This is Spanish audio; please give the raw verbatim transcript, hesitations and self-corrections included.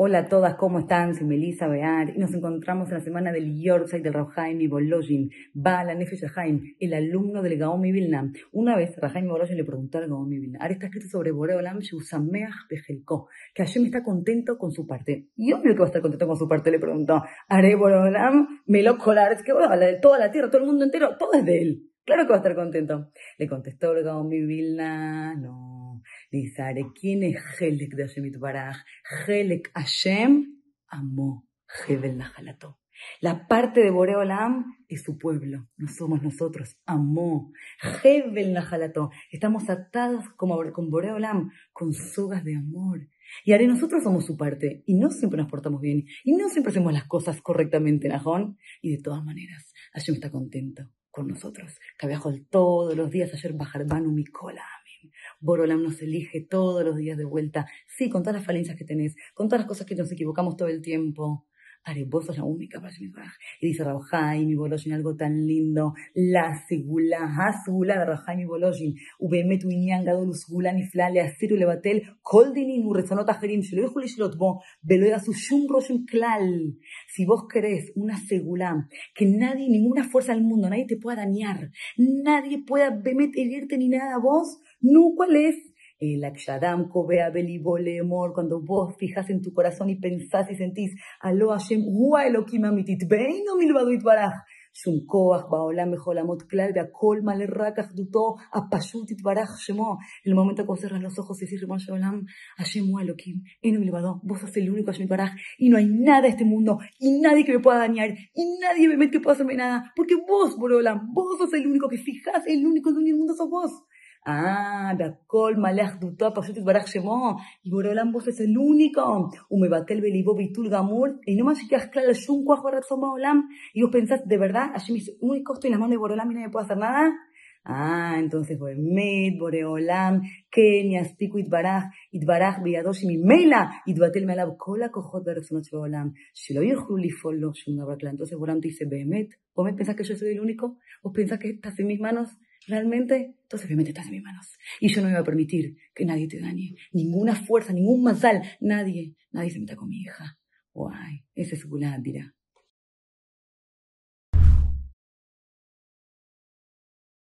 Hola a todas, ¿cómo están? Soy Melissa Bear y nos encontramos en la semana del Yortzeit del Rav Chaim Volozhin, Baal HaNefesh Chaim, el alumno del Gaón Vilna. Una vez Rav Chaim Volozhin le preguntó al Gaón Vilna, ahora está escrito sobre Borei Olam Sheusameach Bejelko, que Hashem está contento con su parte. Y obvio que va a estar contento con su parte, le preguntó. Haré Borei Olam Melok Kolar, es que bueno, de toda la tierra, todo el mundo entero, todo es de él. Claro que va a estar contento. Le contestó el Gaón Vilna, no. Dice, ¿quién es Helek de Hashem Itbaraj? Helek Hashem amó Hevel Nahalato. La parte de Borei Olam es su pueblo, no somos nosotros. Amó Hevel Nahalato. Estamos atados como con Borei Olam, con sogas de amor. Y ahora nosotros somos su parte, y no siempre nos portamos bien, y no siempre hacemos las cosas correctamente, Najón. Y de todas maneras, Hashem está contento con nosotros. Cabiajol todos los días, ayer Bajarbanu Mikola. Borei Olam nos elige todos los días de vuelta, sí, con todas las falencias que tenés, con todas las cosas que nos equivocamos todo el tiempo. Are, vos sos la única para Hashem. Y dice Rav Chaim Volozhin algo tan lindo, la segula, ha segula de Rav Chaim Volozhin, ubemet uinyan gadol usegula nifla leasir ulebatel kol dinin urezonot acherim shelo yochlu lishlot bo velo yasu shum roshem klal. Si vos querés una segula, que nadie, ninguna fuerza del mundo, nadie te pueda dañar, nadie pueda bemet herirte ni nada, vos, no, ¿cuál es? El akshadam kobea belibo leemor, cuando vos fijas en tu corazón y pensás y sentís, alo Hashem, hua elokim amitit, beino milvado itbaraj, shum koach baolam bejolamot klal, beakol male rak achduto, apashut itbaraj shemo. En el momento que vos cerras los ojos y decís, Rimon Shalom, Hashem hua elokim, eno milvado, vos sos el único Hashem itbaraj, y no hay nada en este mundo, y nadie que me pueda dañar, y nadie me que pueda hacerme nada, porque vos, Borei Olam, vos sos el único que fijas, el único dueño del mundo sos vos. Ah, והכל מלא אחדותו, פשוט יתברך שמו, y Borei Olam vos es el único, ומבטל בליבו ביטול גמור, אינו משכיח כלל לשום כוח ורצון בעולם, y vos pensás, de verdad, Hashem es el único, estoy en las manos de Borei Olam y nadie puede hacer nada. Ah, entonces, באמת, Borei Olam, כן יספיקו יתברך, יתברך בידו שממילא יתבטל מעליו כל הכוחות והרצונות שבעולם, שלא יוכלו לפעול לו שום דבר כלל. Entonces, Borei Olam te dice, באמת, vos me pensás que yo soy el único, vos pensás que estás en mis manos, realmente, entonces obviamente estás en mis manos. Y yo no me voy a permitir que nadie te dañe, ninguna fuerza, ningún mazal, nadie, nadie se meta con mi hija. Guay, ese es su dirá.